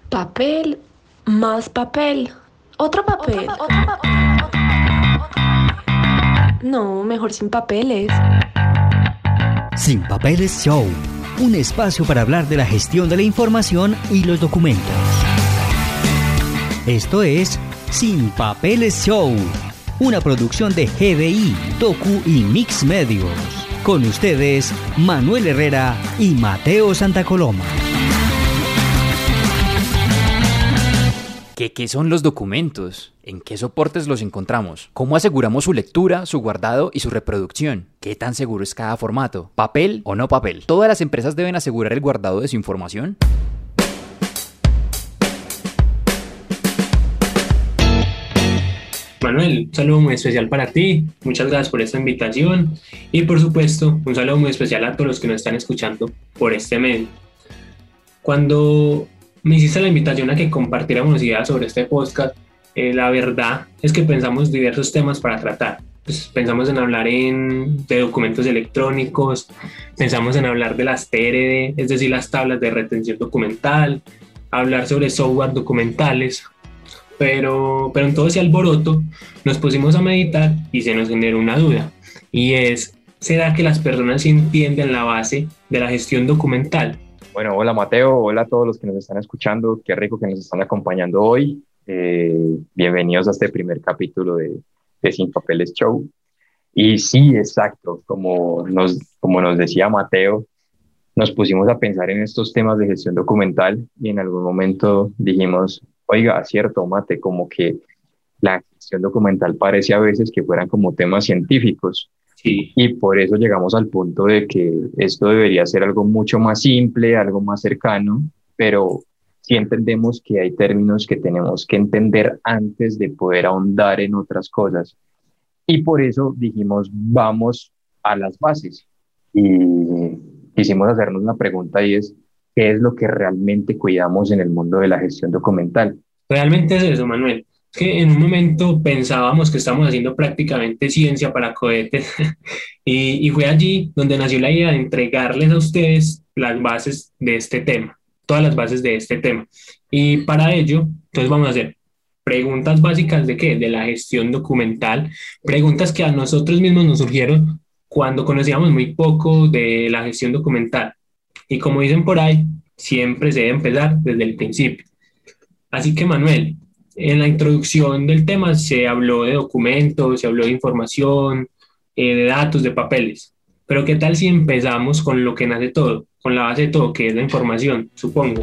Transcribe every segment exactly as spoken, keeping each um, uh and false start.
Papel, más papel, otro papel. Otro papel. No, mejor sin papeles. Sin Papeles Show, un espacio para hablar de la gestión de la información y los documentos. Esto es Sin Papeles Show, una producción de G D I, Docu y Mix Medios. Con ustedes, Manuel Herrera y Mateo Santacoloma. ¿Qué, ¿Qué son los documentos? ¿En qué soportes los encontramos? ¿Cómo aseguramos su lectura, su guardado y su reproducción? ¿Qué tan seguro es cada formato? ¿Papel o no papel? ¿Todas las empresas deben asegurar el guardado de su información? Manuel, un saludo muy especial para ti, muchas gracias por esta invitación y por supuesto un saludo muy especial a todos los que nos están escuchando por este medio. Cuando me hiciste la invitación a que compartiéramos ideas sobre este podcast, eh, la verdad es que pensamos diversos temas para tratar. Pues pensamos en hablar en, de documentos electrónicos, pensamos en hablar de las T R D, es decir, las tablas de retención documental, hablar sobre software documentales, pero, pero en todo ese alboroto nos pusimos a meditar y se nos generó una duda, y es, ¿será que las personas sí entienden la base de la gestión documental? Bueno, hola Mateo, hola a todos los que nos están escuchando, qué rico que nos están acompañando hoy. Eh, bienvenidos a este primer capítulo de, de Sin Papeles Show. Y sí, exacto, como nos, como nos decía Mateo, nos pusimos a pensar en estos temas de gestión documental y en algún momento dijimos, oiga, cierto, Mate, como que la gestión documental parece a veces que fueran como temas científicos. Sí. Y por eso llegamos al punto de que esto debería ser algo mucho más simple, algo más cercano, pero sí entendemos que hay términos que tenemos que entender antes de poder ahondar en otras cosas. Y por eso dijimos, vamos a las bases. Y quisimos hacernos una pregunta y es, ¿qué es lo que realmente cuidamos en el mundo de la gestión documental? Realmente es eso, Manuel. Es que en un momento pensábamos que estábamos haciendo prácticamente ciencia para cohetes y, y fue allí donde nació la idea de entregarles a ustedes las bases de este tema, todas las bases de este tema. Y para ello, entonces vamos a hacer preguntas básicas de qué, de la gestión documental, preguntas que a nosotros mismos nos surgieron cuando conocíamos muy poco de la gestión documental. Y como dicen por ahí, siempre se debe empezar desde el principio. Así que, Manuel, en la introducción del tema se habló de documentos, se habló de información, eh, de datos, de papeles. Pero ¿qué tal si empezamos con lo que nace todo, con la base de todo, que es la información, supongo?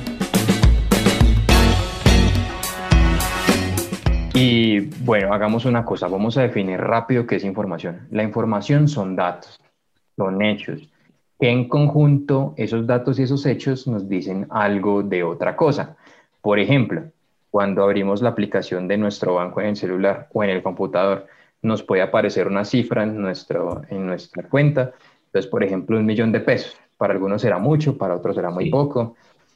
Y bueno, hagamos una cosa, vamos a definir rápido qué es información. La información son datos, son hechos, que en conjunto esos datos y esos hechos nos dicen algo de otra cosa. Por ejemplo, cuando abrimos la aplicación de nuestro banco en el celular o en el computador, nos puede aparecer una cifra en, nuestro, en nuestra cuenta. Entonces, por ejemplo, un millón de pesos. Para algunos será mucho, para otros será muy Sí. poco.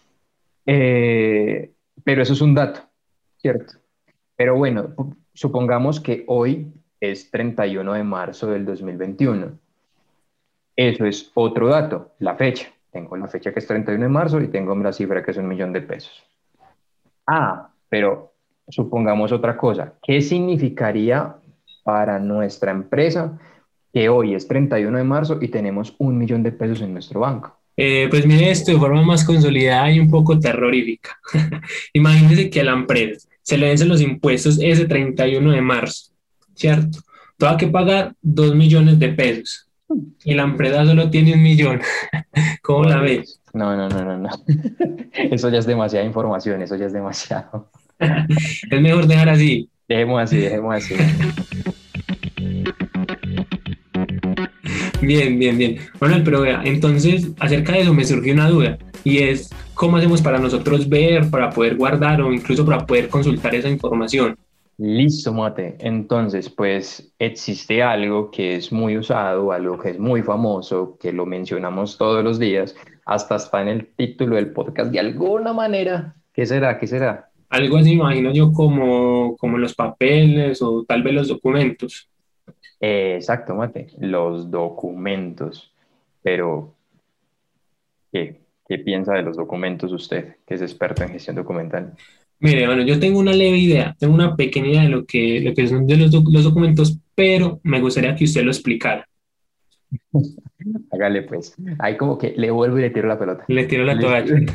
Eh, pero eso es un dato, ¿cierto? Pero bueno, supongamos que hoy es treinta y uno de marzo del dos mil veintiuno. Eso es otro dato, la fecha. Tengo la fecha que es treinta y uno de marzo y tengo la cifra que es un millón de pesos. Ah, pero supongamos otra cosa. ¿Qué significaría para nuestra empresa que hoy es treinta y uno de marzo y tenemos un millón de pesos en nuestro banco? Eh, pues mire esto de forma más consolidada y un poco terrorífica. Imagínese que a la empresa se le vencen los impuestos ese treinta y uno de marzo, ¿cierto? Tengo que pagar dos millones de pesos y la empresa solo tiene un millón. ¿Cómo la ves? No, no, no, no, no. Eso ya es demasiada información, eso ya es demasiado. Es mejor dejar así. Dejemos así, dejemos así. Bien, bien, bien. Bueno, pero vea, entonces acerca de eso me surgió una duda y es cómo hacemos para nosotros ver, para poder guardar o incluso para poder consultar esa información. Listo, Mate. Entonces, pues existe algo que es muy usado, algo que es muy famoso, que lo mencionamos todos los días, hasta está en el título del podcast de alguna manera. ¿Qué será? ¿Qué será? Algo así, imagino yo, como, como los papeles o tal vez los documentos. Eh, exacto, Mate. Los documentos. Pero, ¿qué? ¿Qué piensa de los documentos usted, que es experto en gestión documental? Mire, bueno, yo tengo una leve idea, tengo una pequeña idea de lo que, lo que son de los, doc- los documentos, pero me gustaría que usted lo explicara. Hágale pues. Ahí como que le vuelvo y le tiro la pelota. Le tiro la Listo. toalla.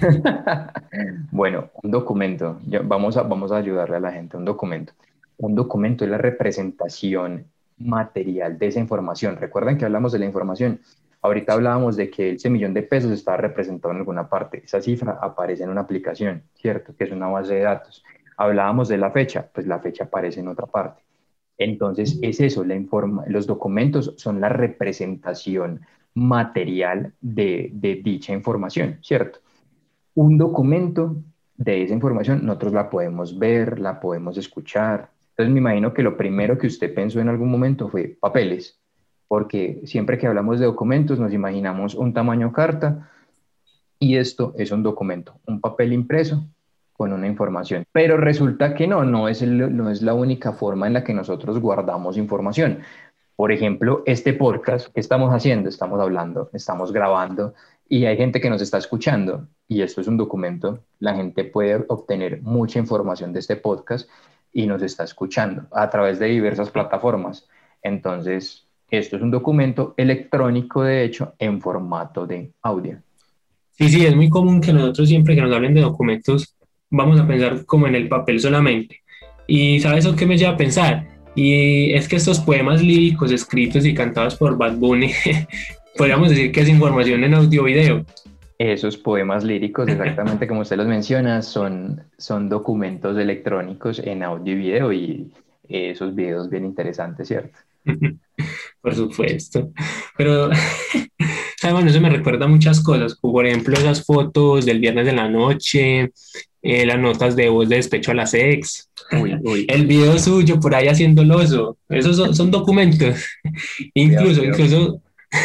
Bueno, un documento. Yo- vamos a, vamos a ayudarle a la gente. Un documento. Un documento es la representación material de esa información. Recuerden que hablamos de la información. Ahorita hablábamos de que ese millón de pesos está representado en alguna parte. Esa cifra aparece en una aplicación, ¿cierto? Que es una base de datos. Hablábamos de la fecha, pues la fecha aparece en otra parte. Entonces, es eso, la informa los documentos son la representación material de, de dicha información, ¿cierto? Un documento de esa información, nosotros la podemos ver, la podemos escuchar. Entonces, me imagino que lo primero que usted pensó en algún momento fue papeles, porque siempre que hablamos de documentos nos imaginamos un tamaño carta y esto es un documento, un papel impreso con una información. Pero resulta que no, no es, el- no es la única forma en la que nosotros guardamos información. Por ejemplo, este podcast que estamos haciendo, estamos hablando, estamos grabando y hay gente que nos está escuchando y esto es un documento. La gente puede obtener mucha información de este podcast y nos está escuchando a través de diversas plataformas. Entonces, esto es un documento electrónico, de hecho, en formato de audio. Sí, sí, es muy común que nosotros siempre que nos hablen de documentos vamos a pensar como en el papel solamente. Y ¿sabes eso qué me lleva a pensar? Y es que estos poemas líricos escritos y cantados por Bad Bunny, podríamos decir que es información en audio-video. Esos poemas líricos, exactamente como usted los menciona, son, son documentos electrónicos en audio y video y esos videos bien interesantes, ¿cierto? Por supuesto. Pero, ¿sabes? Bueno, eso me recuerda a muchas cosas, como por ejemplo esas fotos del viernes de la noche, eh, las notas de voz de despecho a las ex, Uy, uy, el uy, video suyo por ahí haciendo el oso. Esos son, son documentos. cuidado, Incluso, cuidado. incluso,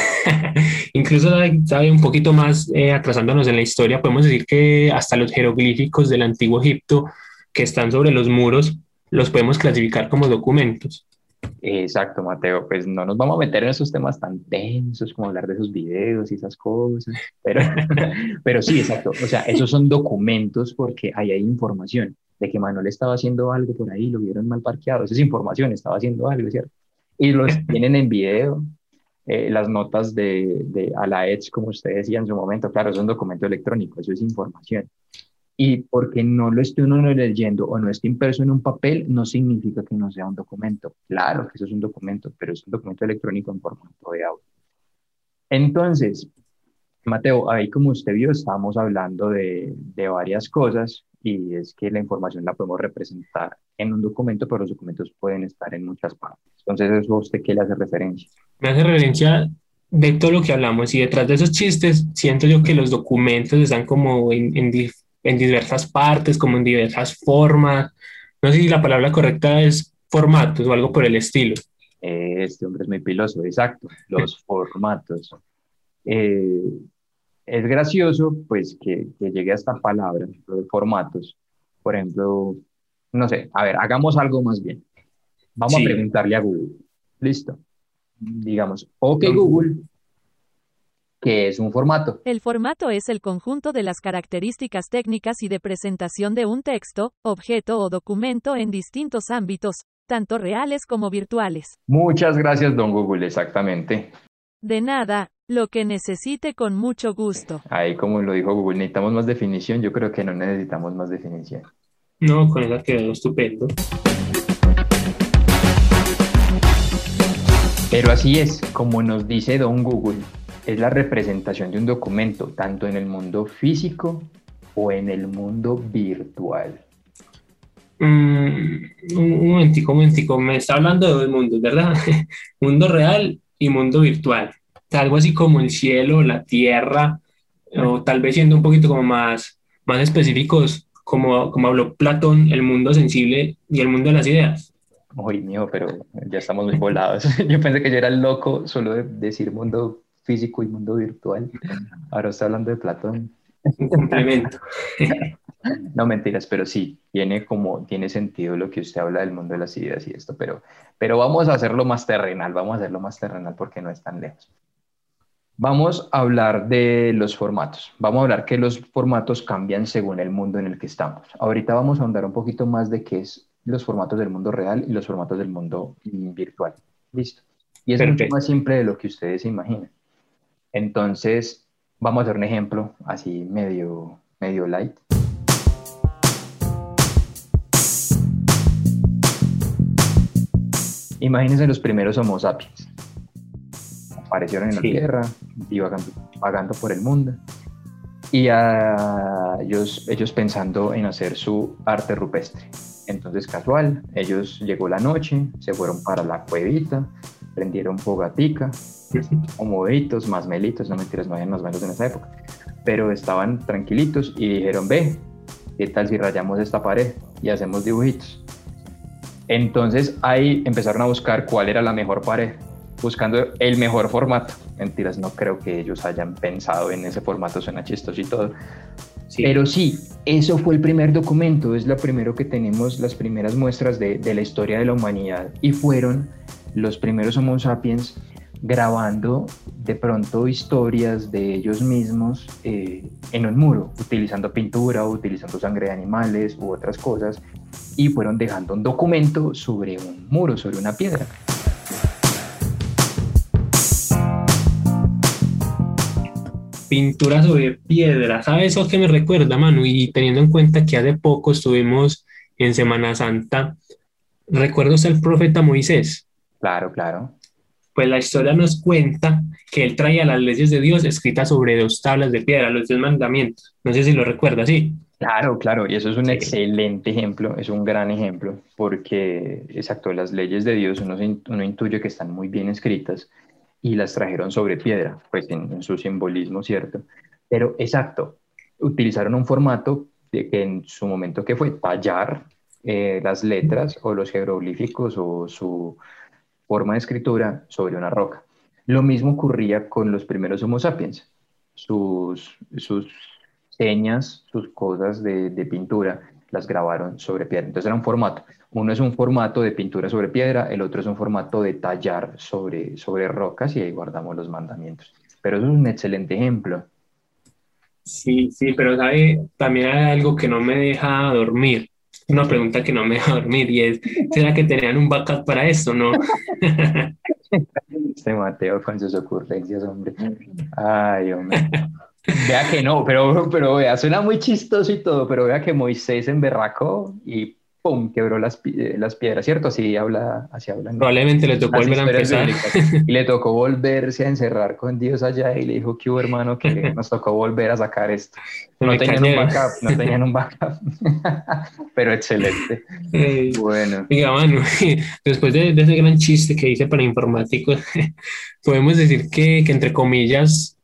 incluso, sabe, un poquito más eh, atrasándonos en la historia, podemos decir que hasta los jeroglíficos del antiguo Egipto que están sobre los muros los podemos clasificar como documentos. Exacto, Mateo, pues no nos vamos a meter en esos temas tan densos como hablar de esos videos y esas cosas, pero, pero sí, exacto, o sea, esos son documentos porque ahí hay información de que Manuel estaba haciendo algo por ahí, lo vieron mal parqueado, esa es información, estaba haciendo algo, ¿cierto? Y los tienen en video, eh, las notas de, de a la Edge, como usted decía en su momento, claro, es un documento electrónico, eso es información. Y porque no lo esté uno leyendo o no esté impreso en un papel, no significa que no sea un documento. Claro que eso es un documento, pero es un documento electrónico en formato de audio. Entonces, Mateo, ahí como usted vio, estamos hablando de, de varias cosas y es que la información la podemos representar en un documento, pero los documentos pueden estar en muchas partes. Entonces, ¿eso a usted qué le hace referencia? Me hace referencia de todo lo que hablamos y detrás de esos chistes siento yo que los documentos están como en, en, di- en diversas partes, como en diversas formas. No sé si la palabra correcta es formatos o algo por el estilo. Eh, Este hombre es muy piloso, exacto, los formatos. Eh, Es gracioso, pues, que, que llegue a esta palabra, lo de formatos. Por ejemplo, no sé, a ver, hagamos algo más bien. Vamos a Sí, preguntarle a Google. Listo. Digamos, ok, no, Google, ¿qué es un formato? El formato es el conjunto de las características técnicas y de presentación de un texto, objeto o documento en distintos ámbitos, tanto reales como virtuales. Muchas gracias, don Google, exactamente. De nada, lo que necesite con mucho gusto. Ahí, como lo dijo Google, necesitamos más definición. Yo creo que no necesitamos más definición. no, con esa quedó estupendo. Pero así es, como nos dice don Google, es la representación de un documento, tanto en el mundo físico o en el mundo virtual. Mm, un, un momentico, un momentico, me está hablando de dos mundos, ¿verdad? Mundo real y mundo virtual. Algo así como el cielo, la tierra, o tal vez siendo un poquito como más, más específicos, como, como habló Platón, el mundo sensible y el mundo de las ideas. Uy, mío, pero ya estamos muy volados. Yo pensé que yo era el loco solo de decir mundo físico y mundo virtual. Ahora está hablando de Platón. Un complemento. No, mentiras, pero sí, tiene como, tiene sentido lo que usted habla del mundo de las ideas y esto, pero, pero vamos a hacerlo más terrenal, vamos a hacerlo más terrenal porque no es tan lejos. Vamos a hablar de los formatos. Vamos a hablar que los formatos cambian según el mundo en el que estamos. Ahorita vamos a ahondar un poquito más de qué es los formatos del mundo real y los formatos del mundo mm, virtual. ¿Listo? Y es mucho Perfecto. más simple de lo que ustedes se imaginan. Entonces, vamos a hacer un ejemplo así medio, medio light. Imagínense los primeros Homo sapiens. Aparecieron en la Sí. Tierra, divagando, vagando por el mundo, y a ellos, ellos pensando en hacer su arte rupestre. Entonces, casual, ellos llegó la noche, se fueron para la cuevita, prendieron fogatica, homoditos, masmelitos, no mentiras, no había masmelos en esa época, pero estaban tranquilitos y dijeron, ve, ¿qué tal si rayamos esta pared y hacemos dibujitos? Entonces ahí empezaron a buscar cuál era la mejor pared, buscando el mejor formato. Mentiras, no creo que ellos hayan pensado en ese formato, suena chistoso y todo. Sí. Pero sí, eso fue el primer documento, es lo primero que tenemos, las primeras muestras de, de la historia de la humanidad, y fueron los primeros Homo sapiens grabando de pronto historias de ellos mismos eh, en un muro, utilizando pintura o utilizando sangre de animales u otras cosas, y fueron dejando un documento sobre un muro, sobre una piedra. Pintura sobre piedra. ¿Sabes eso que me recuerda, Manu? Y teniendo en cuenta que hace poco estuvimos en Semana Santa, ¿recuerdas al profeta Moisés? Claro, claro. Pues la historia nos cuenta que él traía las leyes de Dios escritas sobre dos tablas de piedra, los diez mandamientos. No sé si lo recuerdas, sí. Claro, claro, y eso es un Sí. excelente ejemplo, es un gran ejemplo, porque, exacto, las leyes de Dios uno, se- uno intuye que están muy bien escritas y las trajeron sobre piedra, pues en, en su simbolismo, ¿cierto? Pero, exacto, utilizaron un formato de que en su momento que fue tallar eh, las letras o los jeroglíficos o su forma de escritura sobre una roca. Lo mismo ocurría con los primeros Homo sapiens. Sus, sus señas, sus cosas de, de pintura, las grabaron sobre piedra. Entonces era un formato. Uno es un formato de pintura sobre piedra, el otro es un formato de tallar sobre, sobre rocas, y ahí guardamos los mandamientos. Pero eso es un excelente ejemplo. Sí, sí, pero sabe, también hay algo que no me deja dormir. Una pregunta que no me deja dormir y es, ¿será que tenían un backup para esto, no? Este Mateo con sus ocurrencias, hombre. Ay, hombre. Vea que no, pero, pero vea, suena muy chistoso y todo, pero vea que Moisés se emberracó y ¡pum! Quebró las, pi- eh, las piedras, ¿cierto? Así habla, así hablan Probablemente le tocó las volver a historias empezar. bíblicas. Y le tocó volverse a encerrar con Dios allá y le dijo que hubo, hermano, que nos tocó volver a sacar esto. Se No me tenían un cayeron. backup, no tenían un backup. Pero excelente. Eh, Bueno, Oiga, mano, después de, de ese gran chiste que hice para informáticos, podemos decir que, que, entre comillas,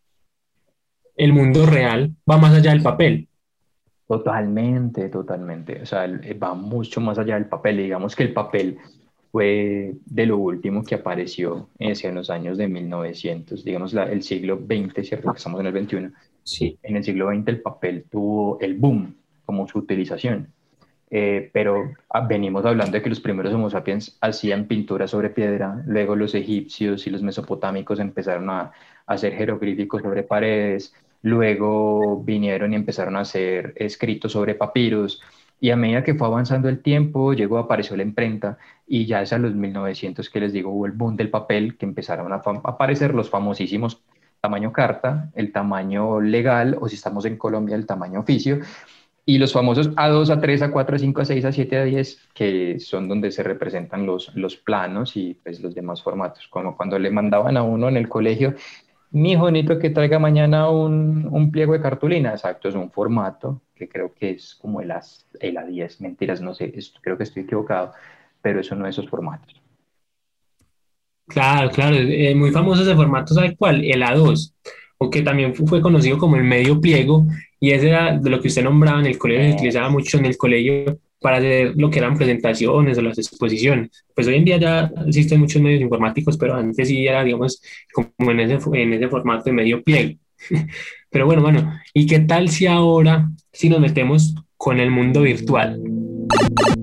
el mundo real va más allá del papel. totalmente, totalmente. O sea, el- eh, va mucho más allá del papel. Digamos que el papel fue de lo último que apareció hacia los años de mil novecientos, digamos la- el siglo veinte, ¿cierto? Que estamos en el veintiuno. Sí, En el siglo veinte el papel tuvo el boom como su utilización. Eh, pero ah, venimos hablando de que los primeros Homo sapiens hacían pintura sobre piedra, luego los egipcios y los mesopotámicos empezaron a, a hacer jeroglíficos sobre paredes, luego vinieron y empezaron a hacer escritos sobre papiros, y a medida que fue avanzando el tiempo, llegó, apareció la imprenta, y ya es a los mil novecientos que les digo, hubo el boom del papel, que empezaron a, fam- a aparecer los famosísimos tamaño carta, el tamaño legal, o si estamos en Colombia, el tamaño oficio, y los famosos A dos, A tres, A cuatro, A cinco, A seis, A siete, A diez, que son donde se representan los, los planos y pues los demás formatos. Como cuando le mandaban a uno en el colegio, mi hijo, necesito que traiga mañana un, un pliego de cartulina. Exacto, es un formato que creo que es como el, A, el A diez, mentiras, no sé, es- creo que estoy equivocado, pero eso no es esos formatos. claro, claro. Eh, muy famoso ese formato, ¿sabe cuál? El A dos, o que también fu- fue conocido como el medio pliego, y ese era de lo que usted nombraba en el colegio, se Eh, utilizaba mucho en el colegio para hacer lo que eran presentaciones o las exposiciones. Pues hoy en día ya existen muchos medios informáticos, pero antes sí era, digamos, como en ese, fo- en ese formato de medio pliego. Pero bueno, bueno, ¿y qué tal si ahora, si nos metemos con el mundo virtual?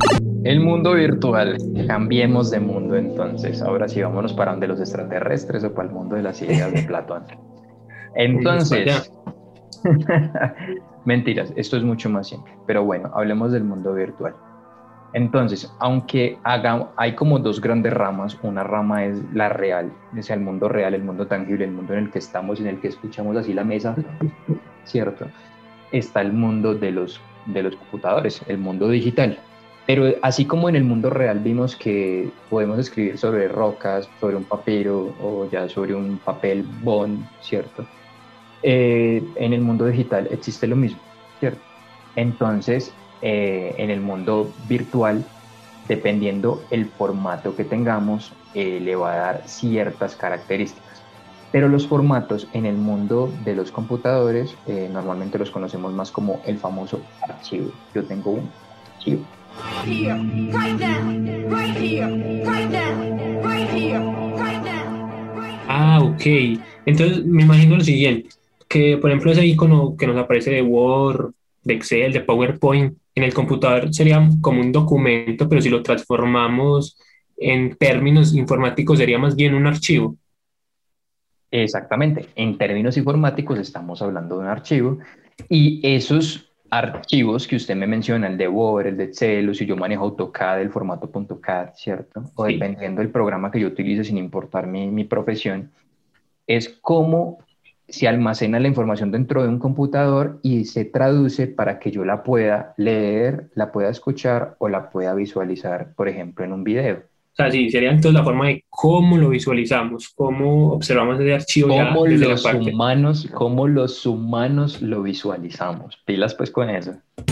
El mundo virtual. Cambiemos de mundo entonces. Ahora sí, vámonos para donde los extraterrestres o para el mundo de las ideas de Platón. Entonces, mentiras, esto es mucho más simple. Pero bueno, hablemos del mundo virtual. Entonces, aunque haga, hay como dos grandes ramas, una rama es la real, o sea, el mundo real, el mundo tangible, el mundo en el que estamos, en el que escuchamos así la mesa, ¿cierto? Está el mundo de los, de los computadores, el mundo digital. Pero así como en el mundo real vimos que podemos escribir sobre rocas, sobre un papiro o ya sobre un papel bond, ¿cierto? Eh, en el mundo digital existe lo mismo, ¿cierto? Entonces, eh, en el mundo virtual, dependiendo el formato que tengamos, eh, le va a dar ciertas características. Pero los formatos en el mundo de los computadores eh, normalmente los conocemos más como el famoso archivo. Yo tengo un archivo. Right here, right now, right here, right now, right here, right now, right now. Ah, ok. Entonces me imagino lo siguiente, que por ejemplo ese icono que nos aparece de Word, de Excel, de PowerPoint, en el computador sería como un documento, pero si lo transformamos en términos informáticos sería más bien un archivo. Exactamente. En términos informáticos estamos hablando de un archivo y esos archivos que usted me menciona, el de Word, el de Excel, o si yo manejo AutoCAD, el formato .CAD, ¿cierto? O Sí. dependiendo del programa que yo utilice sin importar mi, mi profesión, es cómo se almacena la información dentro de un computador y se traduce para que yo la pueda leer, la pueda escuchar o la pueda visualizar, por ejemplo, en un video. O sea, sí, sería entonces la forma de cómo lo visualizamos, cómo observamos ese archivo ya ¿Cómo desde la los parte. humanos, cómo los humanos lo visualizamos? Pilas pues con eso.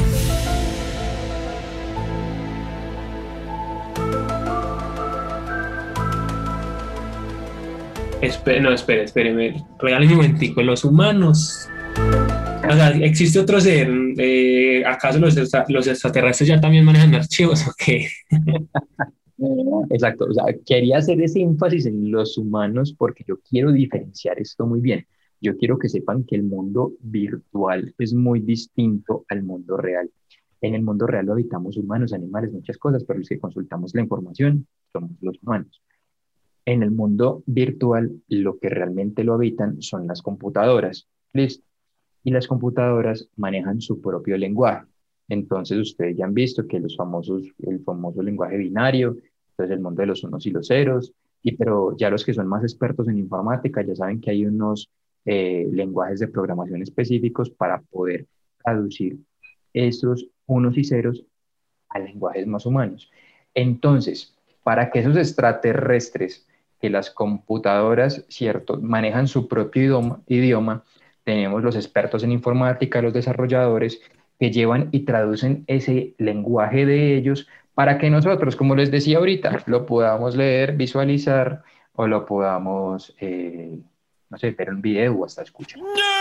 Espere, no, espere, espere, regáleme un momentico. Los humanos. O sea, ¿existe otro ser? Eh, ¿acaso los, extra- los extraterrestres ya también manejan archivos o qué? Exacto, o sea, quería hacer ese énfasis en los humanos porque yo quiero diferenciar esto muy bien. Yo quiero que sepan que el mundo virtual es muy distinto al mundo real. En el mundo real lo habitamos humanos, animales, muchas cosas, pero los que consultamos la información somos los humanos. En el mundo virtual lo que realmente lo habitan son las computadoras. ¿Listo? Y las computadoras manejan su propio lenguaje. Entonces ustedes ya han visto que los famosos, el famoso lenguaje binario, entonces el mundo de los unos y los ceros, y pero ya los que son más expertos en informática ya saben que hay unos eh, lenguajes de programación específicos para poder traducir esos unos y ceros a lenguajes más humanos. Entonces, para que esos extraterrestres, que las computadoras, cierto, manejan su propio idioma, idioma, tenemos los expertos en informática, los desarrolladores, que llevan y traducen ese lenguaje de ellos para que nosotros, como les decía ahorita, lo podamos leer, visualizar o lo podamos, eh, no sé, ver en video o hasta escuchar.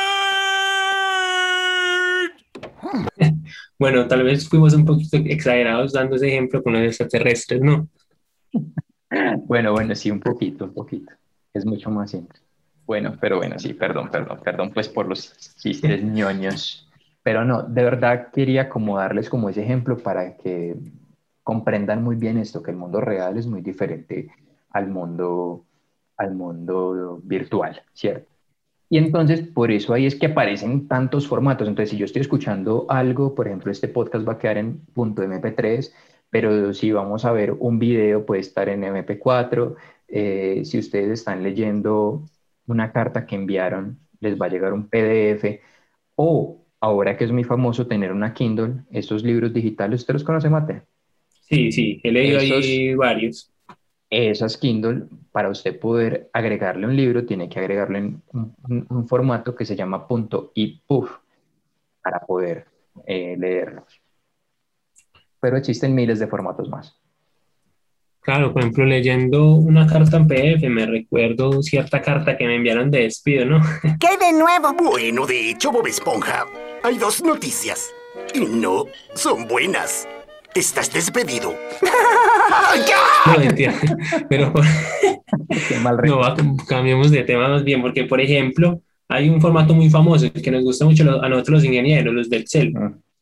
Bueno, tal vez fuimos un poquito exagerados dando ese ejemplo con los extraterrestres, ¿no? Bueno, bueno, sí, un poquito, un poquito. Es mucho más simple. Bueno, pero bueno, sí, perdón, perdón, perdón, pues por los chistes ñoños. Pero no, de verdad quería como darles como ese ejemplo para que comprendan muy bien esto, que el mundo real es muy diferente al mundo, al mundo virtual, ¿cierto? Y entonces, por eso ahí es que aparecen tantos formatos. Entonces, si yo estoy escuchando algo, por ejemplo, este podcast va a quedar en eme pe tres, pero si vamos a ver un video, puede estar en eme pe cuatro. Eh, si ustedes están leyendo una carta que enviaron, les va a llegar un pe de efe. O, ahora que es muy famoso tener una Kindle, estos libros digitales, ¿usted los conoce, Mate? Sí, sí, he leído Esos- ahí varios. Esas Kindle, para usted poder agregarle un libro, tiene que agregarle en un, un- un formato que se llama .epub para poder eh, leerlos. Pero existen miles de formatos más. Claro, por ejemplo, leyendo una carta en pe de efe, me recuerdo cierta carta que me enviaron de despido, ¿no? ¿Qué hay de nuevo? Bueno, de hecho, Bob Esponja, hay dos noticias. Y no son buenas. Estás despedido. No, mentira. Pero Qué mal no, va, cambiemos de tema más bien, porque, por ejemplo, hay un formato muy famoso que nos gusta mucho lo- a nosotros los ingenieros, los del Excel, recuerdo.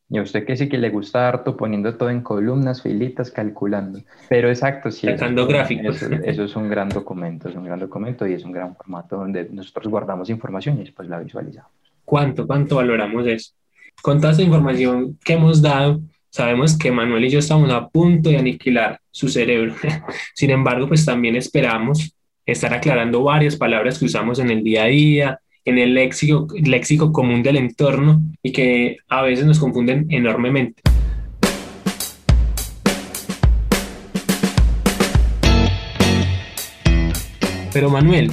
Y a usted que sí que le gusta harto poniendo todo en columnas, filitas, calculando. Pero exacto, sí, eso, Sacando gráficos. eso, eso es un gran documento, es un gran documento y es un gran formato donde nosotros guardamos información y después la visualizamos. ¿Cuánto, cuánto valoramos eso? Con toda esta información que hemos dado, sabemos que Manuel y yo estamos a punto de aniquilar su cerebro. Sin embargo, pues también esperamos estar aclarando varias palabras que usamos en el día a día, en el léxico, léxico común del entorno y que a veces nos confunden enormemente. Pero Manuel,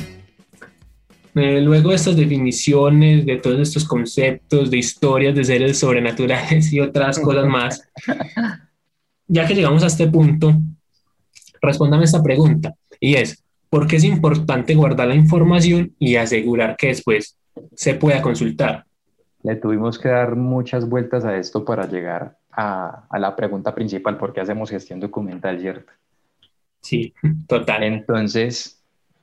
eh, luego de estas definiciones, de todos estos conceptos, de historias de seres sobrenaturales y otras cosas más, ya que llegamos a este punto, respóndame esta pregunta, y es, ¿por qué es importante guardar la información y asegurar que después se pueda consultar? Le tuvimos que dar muchas vueltas a esto para llegar a, a la pregunta principal, ¿por qué hacemos gestión documental, cierto? Sí, total. Entonces,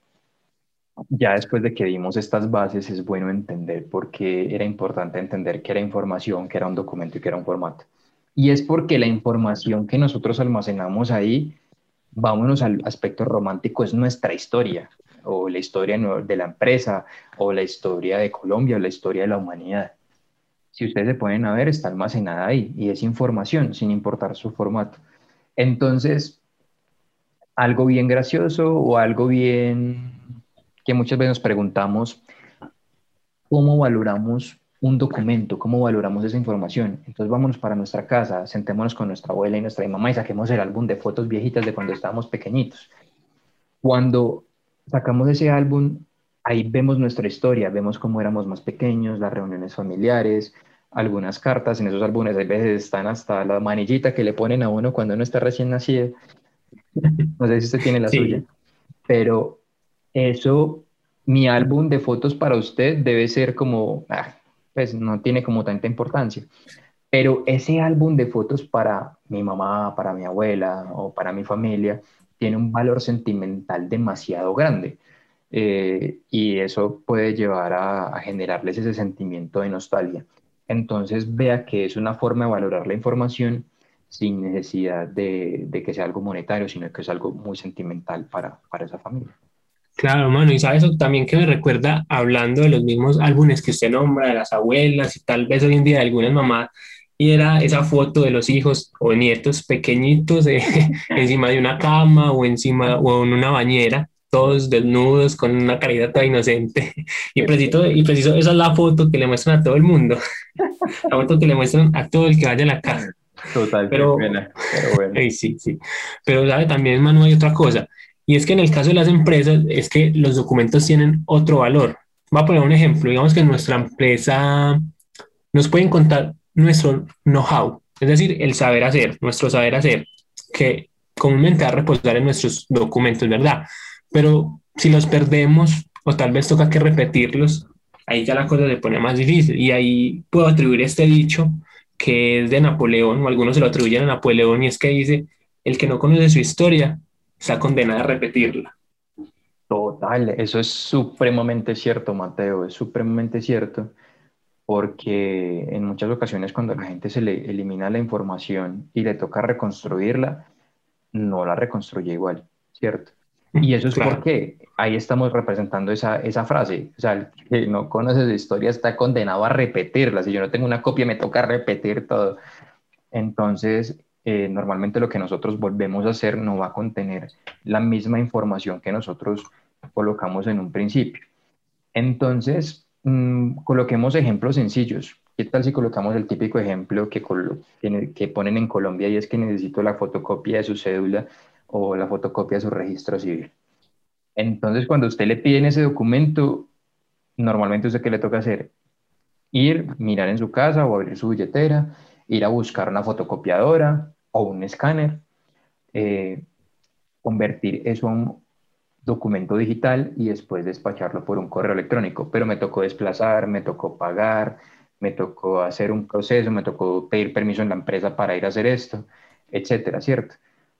ya después de que dimos estas bases, es bueno entender por qué era importante entender qué era información, qué era un documento y qué era un formato. Y es porque la información que nosotros almacenamos ahí, vámonos al aspecto romántico, es nuestra historia, o la historia de la empresa, o la historia de Colombia, o la historia de la humanidad. Si ustedes se ponen a ver, está almacenada ahí, y es información, sin importar su formato. Entonces, algo bien gracioso, o algo bien que muchas veces nos preguntamos, ¿cómo valoramos un documento? ¿Cómo valoramos esa información? Entonces vámonos para nuestra casa, sentémonos con nuestra abuela y nuestra mamá y saquemos el álbum de fotos viejitas de cuando estábamos pequeñitos. Cuando sacamos ese álbum, ahí vemos nuestra historia, vemos cómo éramos más pequeños, las reuniones familiares, algunas cartas. En esos álbumes a veces están hasta la manillita que le ponen a uno cuando uno está recién nacido. No sé si usted tiene la Sí. suya, pero eso, mi álbum de fotos para usted debe ser como, ah, pues no tiene como tanta importancia. Pero ese álbum de fotos para mi mamá, para mi abuela o para mi familia tiene un valor sentimental demasiado grande. Eh, y eso puede llevar a, a generarles ese sentimiento de nostalgia. Entonces vea que es una forma de valorar la información sin necesidad de, de que sea algo monetario, sino que es algo muy sentimental para, para esa familia. Claro, mano, y sabes también que me recuerda, hablando de los mismos álbumes que usted nombra, de las abuelas y tal vez hoy en día de algunas mamás, y era esa foto de los hijos o nietos pequeñitos eh, encima de una cama o encima o en una bañera, todos desnudos con una carita toda inocente. Y preciso, y preciso, esa es la foto que le muestran a todo el mundo, la foto que le muestran a todo el que vaya a la casa. Total, Pero, qué pena, pero bueno. Hey, sí, sí. Pero sabe también, Manu, hay otra cosa. Y es que en el caso de las empresas, es que los documentos tienen otro valor. Voy a poner un ejemplo. Digamos que nuestra empresa nos pueden contar nuestro know-how, es decir, el saber hacer, nuestro saber hacer, que comúnmente va a reposar en nuestros documentos, ¿verdad? Pero si los perdemos o tal vez toca que repetirlos, ahí ya la cosa se pone más difícil. Y ahí puedo atribuir este dicho que es de Napoleón, o algunos se lo atribuyen a Napoleón, y es que dice, el que no conoce su historia está condenado a repetirla. Total, eso es supremamente cierto, Mateo, es supremamente cierto, porque en muchas ocasiones cuando a la gente se le elimina la información y le toca reconstruirla, no la reconstruye igual, ¿cierto? Y eso es Claro. porque ahí estamos representando esa, esa frase, o sea, el que no conoce su historia está condenado a repetirla, si yo no tengo una copia me toca repetir todo. Entonces, eh, normalmente lo que nosotros volvemos a hacer no va a contener la misma información que nosotros colocamos en un principio. Entonces, mmm, coloquemos ejemplos sencillos. ¿Qué tal si colocamos el típico ejemplo que, que, que ponen en Colombia, y es que necesito la fotocopia de su cédula o la fotocopia de su registro civil? Entonces, cuando usted le piden ese documento, normalmente usted, ¿qué le toca hacer? Ir, mirar en su casa o abrir su billetera, ir a buscar una fotocopiadora o un escáner, eh, convertir eso a un documento digital y después despacharlo por un correo electrónico. Pero me tocó desplazar, me tocó pagar, me tocó hacer un proceso, me tocó pedir permiso en la empresa para ir a hacer esto, etcétera, ¿cierto?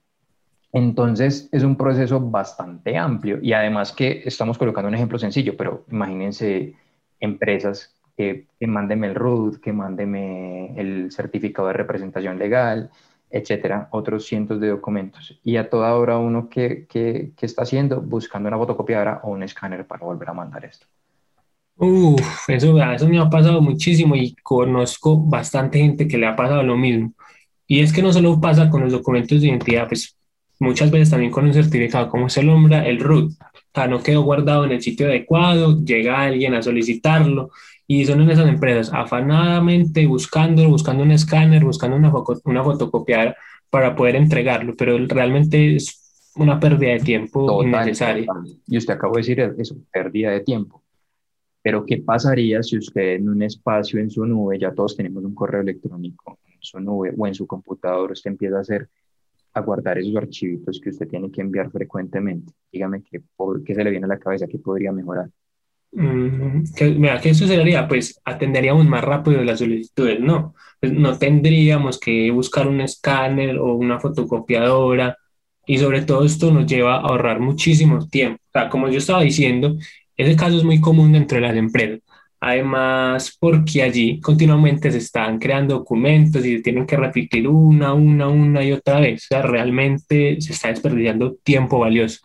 Entonces es un proceso bastante amplio y además que estamos colocando un ejemplo sencillo, pero imagínense empresas que, que mándeme el root, que mándeme el certificado de representación legal, etcétera, otros cientos de documentos. Y a toda hora uno que, que, que está haciendo, buscando una fotocopiadora o un escáner para volver a mandar esto. Uf, eso, eso me ha pasado muchísimo y conozco bastante gente que le ha pasado lo mismo. Y es que no solo pasa con los documentos de identidad, pues muchas veces también con un certificado, como se nombra, el root. O sea, no quedó guardado en el sitio adecuado, llega alguien a solicitarlo y son en esas empresas afanadamente buscando, buscando un escáner, buscando una, foco- una fotocopiadora para poder entregarlo, pero realmente es una pérdida de tiempo Total, innecesaria. total. Y usted acabó de decir eso, pérdida de tiempo. Pero ¿qué pasaría si usted en un espacio en su nube, ya todos tenemos un correo electrónico en su nube o en su computador, usted empieza a hacer, a guardar esos archivitos que usted tiene que enviar frecuentemente? Dígame qué, po- qué se le viene a la cabeza, qué podría mejorar. Mm, ¿qué, mira, ¿qué sucedería? Pues atenderíamos más rápido las solicitudes, ¿no? Pues no tendríamos que buscar un escáner o una fotocopiadora y sobre todo esto nos lleva a ahorrar muchísimo tiempo. O sea, como yo estaba diciendo, ese caso es muy común dentro de las empresas. Además, porque allí continuamente se están creando documentos y se tienen que repetir una, una, una y otra vez. O sea, realmente se está desperdiciando tiempo valioso.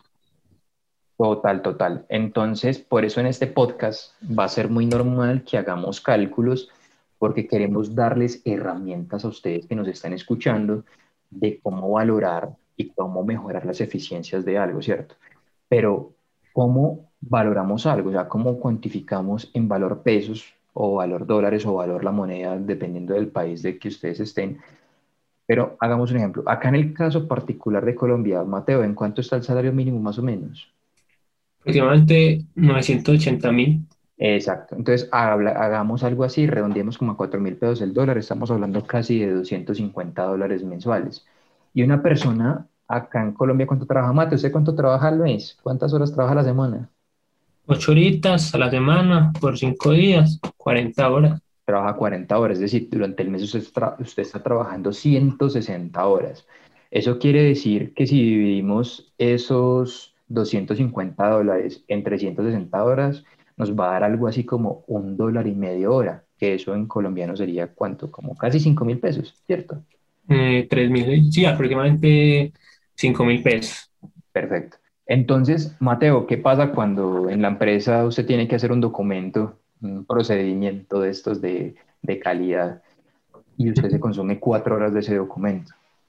Total, total. Entonces, por eso en este podcast va a ser muy normal que hagamos cálculos, porque queremos darles herramientas a ustedes que nos están escuchando de cómo valorar y cómo mejorar las eficiencias de algo, ¿cierto? Pero, ¿cómo valoramos algo? O sea, ¿cómo cuantificamos en valor pesos o valor dólares o valor la moneda, dependiendo del país de que ustedes estén? Pero hagamos un ejemplo. Acá en el caso particular de Colombia, Mateo, ¿en cuánto está el salario mínimo más o menos? Aproximadamente novecientos ochenta mil. Exacto. Entonces, habla- hagamos algo así, redondeemos como a cuatro mil pesos el dólar, estamos hablando casi de doscientos cincuenta dólares mensuales. Y una persona acá en Colombia, ¿cuánto trabaja, Mate? ¿Usted cuánto trabaja al mes? ¿Cuántas horas trabaja a la semana? Ocho horitas a la semana por cinco días, cuarenta horas. Trabaja cuarenta horas, es decir, durante el mes usted está, usted está trabajando ciento sesenta horas. Eso quiere decir que si dividimos esos doscientos cincuenta dólares entre ciento sesenta horas, nos va a dar algo así como un dólar y medio hora, que eso en colombiano sería ¿cuánto? Como casi cinco mil pesos, ¿cierto? Eh, tres mil, sí, aproximadamente cinco mil pesos. Perfecto. Entonces, Mateo, ¿qué pasa cuando en la empresa usted tiene que hacer un documento, un procedimiento de estos de, de calidad, y usted se consume cuatro horas de ese documento?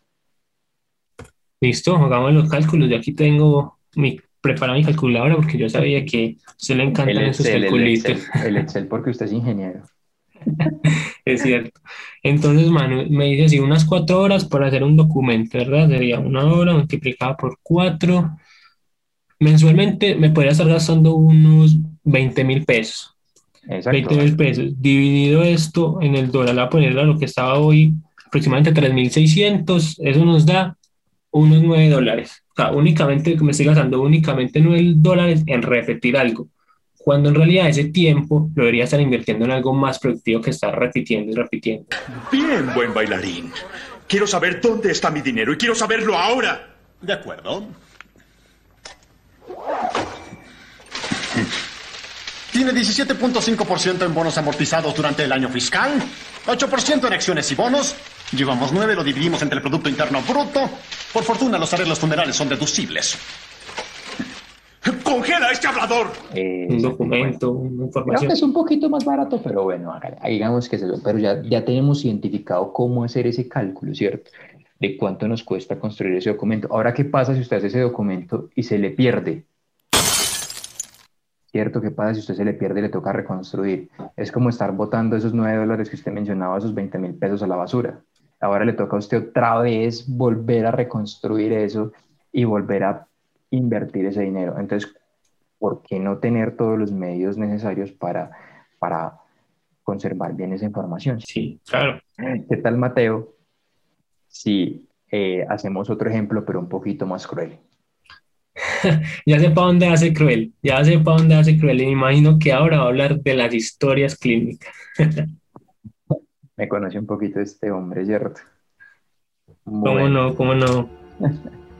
Listo, hagamos los cálculos. Yo aquí tengo mi, preparada mi calculadora porque yo sabía que a usted le El encantan esos Excel, el calculitos. Excel, el Excel porque usted es ingeniero. Es cierto. Entonces, Manu, me dice así, unas cuatro horas para hacer un documento, ¿verdad? Sería una hora multiplicada por cuatro. Mensualmente me podría estar gastando unos veinte mil pesos. veinte Exacto. mil pesos. Dividido esto en el dólar, a ponerle a lo que estaba hoy, aproximadamente tres mil seiscientos. Eso nos da unos nueve dólares. O sea, únicamente me estoy gastando únicamente nueve dólares en repetir algo, cuando en realidad ese tiempo lo debería estar invirtiendo en algo más productivo que estar repitiendo y repitiendo. Bien, buen bailarín. Quiero saber dónde está mi dinero y quiero saberlo ahora. De acuerdo. Tiene diecisiete punto cinco por ciento en bonos amortizados durante el año fiscal, ocho por ciento en acciones y bonos. Llevamos nueve, lo dividimos entre el Producto Interno Bruto. Por fortuna, los arreglos funerales son deducibles. ¡Congela a este hablador! Eh, Un documento, una Creo información. que es un poquito más barato, pero bueno, hágale, digamos que es eso. Pero ya, ya tenemos identificado cómo hacer ese cálculo, ¿cierto? De cuánto nos cuesta construir ese documento. Ahora, ¿qué pasa si usted hace ese documento y se le pierde? ¿Cierto? ¿Qué pasa si usted se le pierde y le toca reconstruir? Es como estar botando esos nueve dólares que usted mencionaba, esos veinte mil pesos a la basura. Ahora le toca a usted otra vez volver a reconstruir eso y volver a invertir ese dinero. Entonces, ¿por qué no tener todos los medios necesarios para, para conservar bien esa información? Sí, claro. ¿Qué tal, Mateo? Si eh, hacemos otro ejemplo, pero un poquito más cruel. Ya sé para dónde hace cruel, ya sé para dónde hace cruel y me imagino que ahora va a hablar de las historias clínicas. Me conoce un poquito este hombre, ¿cierto? ¿Cómo Bueno. no? ¿Cómo no?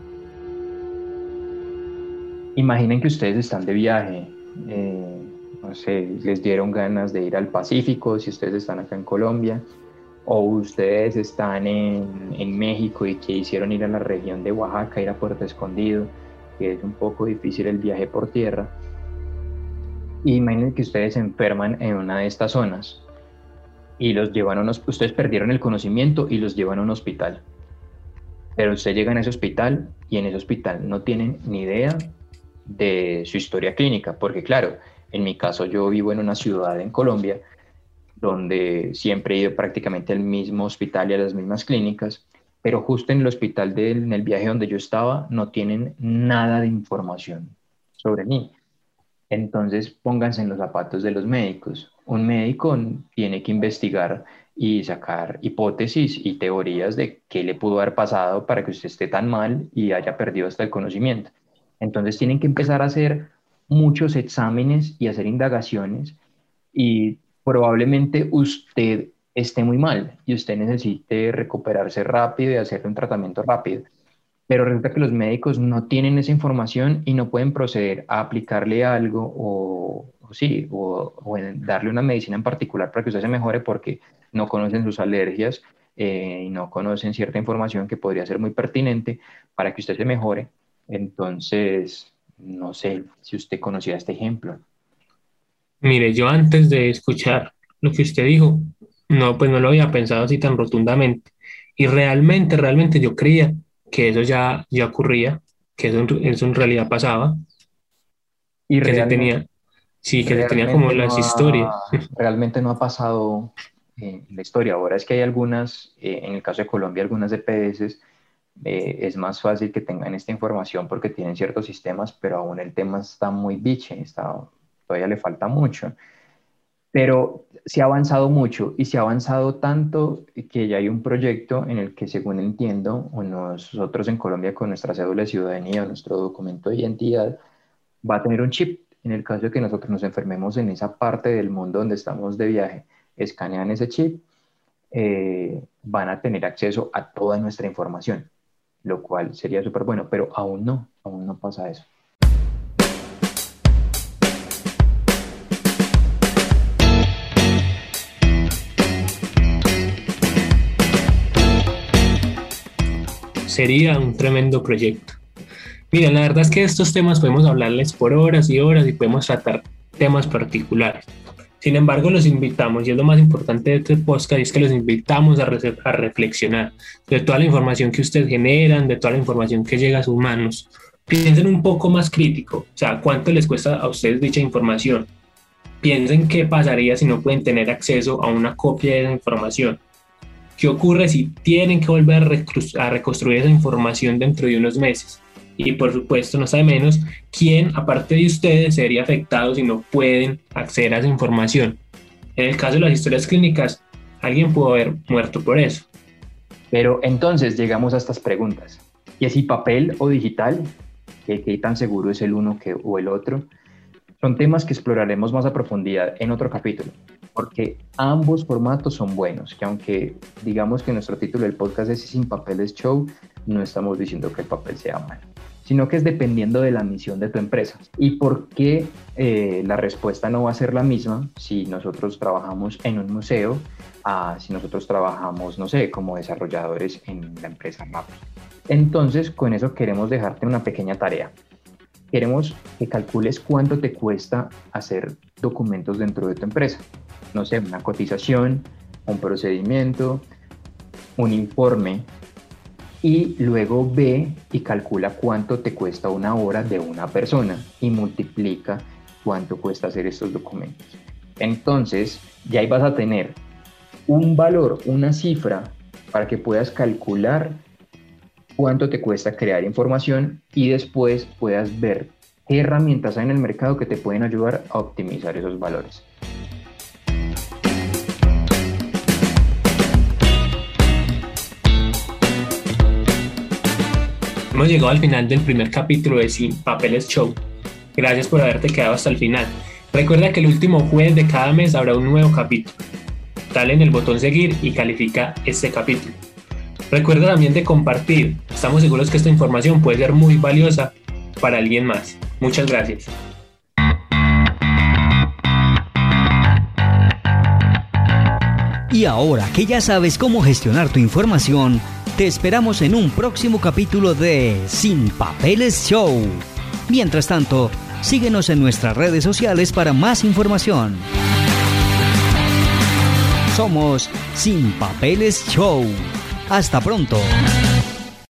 Imaginen que ustedes están de viaje, eh, no sé, les dieron ganas de ir al Pacífico, si ustedes están acá en Colombia, o ustedes están en, en México y quisieron ir a la región de Oaxaca, ir a Puerto Escondido, que es un poco difícil el viaje por tierra. Y imaginen que ustedes se enferman en una de estas zonas y los llevan a unos, ustedes perdieron el conocimiento y los llevan a un hospital. Pero ustedes llegan a ese hospital y en ese hospital no tienen ni idea de su historia clínica, porque claro, en mi caso yo vivo en una ciudad en Colombia donde siempre he ido prácticamente al mismo hospital y a las mismas clínicas, pero justo en el hospital, de, en el viaje donde yo estaba, no tienen nada de información sobre mí. Entonces pónganse en los zapatos de los médicos. Un médico tiene que investigar y sacar hipótesis y teorías de qué le pudo haber pasado para que usted esté tan mal y haya perdido hasta el conocimiento. Entonces tienen que empezar a hacer muchos exámenes y hacer indagaciones y probablemente usted esté muy mal y usted necesite recuperarse rápido y hacerle un tratamiento rápido. Pero resulta que los médicos no tienen esa información y no pueden proceder a aplicarle algo o, o sí, o, o darle una medicina en particular para que usted se mejore porque no conocen sus alergias eh, y no conocen cierta información que podría ser muy pertinente para que usted se mejore. Entonces, no sé si usted conocía este ejemplo. Mire, yo antes de escuchar lo que usted dijo, no, pues no lo había pensado así tan rotundamente. Y realmente, realmente yo creía que eso ya, ya ocurría, que eso, eso en realidad pasaba. Y que se tenía, sí, que se tenía como las no ha, historias. Realmente no ha pasado en la historia. Ahora es que hay algunas, eh, en el caso de Colombia, algunas E P S, eh, es más fácil que tengan esta información porque tienen ciertos sistemas, pero aún el tema está muy biche, está, todavía le falta mucho. Pero se ha avanzado mucho y se ha avanzado tanto que ya hay un proyecto en el que, según entiendo, nosotros en Colombia con nuestra cédula de ciudadanía, nuestro documento de identidad, va a tener un chip. En el caso de que nosotros nos enfermemos en esa parte del mundo donde estamos de viaje, escanean ese chip, eh, van a tener acceso a toda nuestra información, lo cual sería súper bueno, pero aún no, aún no pasa eso. Sería un tremendo proyecto. Mira, la verdad es que estos temas podemos hablarles por horas y horas y podemos tratar temas particulares. Sin embargo, los invitamos, y es lo más importante de este podcast, es que los invitamos a, re- a reflexionar de toda la información que ustedes generan, de toda la información que llega a sus manos. Piensen un poco más crítico, o sea, ¿cuánto les cuesta a ustedes dicha información? Piensen qué pasaría si no pueden tener acceso a una copia de esa información. ¿Qué ocurre si tienen que volver a, recru- a reconstruir esa información dentro de unos meses? Y por supuesto, no sabe menos, ¿quién, aparte de ustedes, sería afectado si no pueden acceder a esa información? En el caso de las historias clínicas, alguien pudo haber muerto por eso. Pero entonces llegamos a estas preguntas. ¿Y si papel o digital? ¿Qué, qué tan seguro es el uno que, o el otro? Son temas que exploraremos más a profundidad en otro capítulo, porque ambos formatos son buenos, que aunque digamos que nuestro título del podcast es Sin Papeles Show, no estamos diciendo que el papel sea malo, sino que es dependiendo de la misión de tu empresa. ¿Y por qué eh, la respuesta no va a ser la misma si nosotros trabajamos en un museo, a si nosotros trabajamos, no sé, como desarrolladores en la empresa Map? Entonces, con eso queremos dejarte una pequeña tarea. Queremos que calcules cuánto te cuesta hacer documentos dentro de tu empresa. No sé, una cotización, un procedimiento, un informe, y luego ve y calcula cuánto te cuesta una hora de una persona y multiplica cuánto cuesta hacer estos documentos. Entonces, ya ahí vas a tener un valor, una cifra, para que puedas calcular cuánto te cuesta crear información y después puedas ver qué herramientas hay en el mercado que te pueden ayudar a optimizar esos valores. Hemos llegado al final del primer capítulo de Sin Papeles Show. Gracias por haberte quedado hasta el final. Recuerda que el último jueves de cada mes habrá un nuevo capítulo. Dale en el botón seguir y califica este capítulo. Recuerda también de compartir. Estamos seguros que esta información puede ser muy valiosa para alguien más. Muchas gracias. Y ahora que ya sabes cómo gestionar tu información, te esperamos en un próximo capítulo de Sin Papeles Show. Mientras tanto, síguenos en nuestras redes sociales para más información. Somos Sin Papeles Show. Hasta pronto.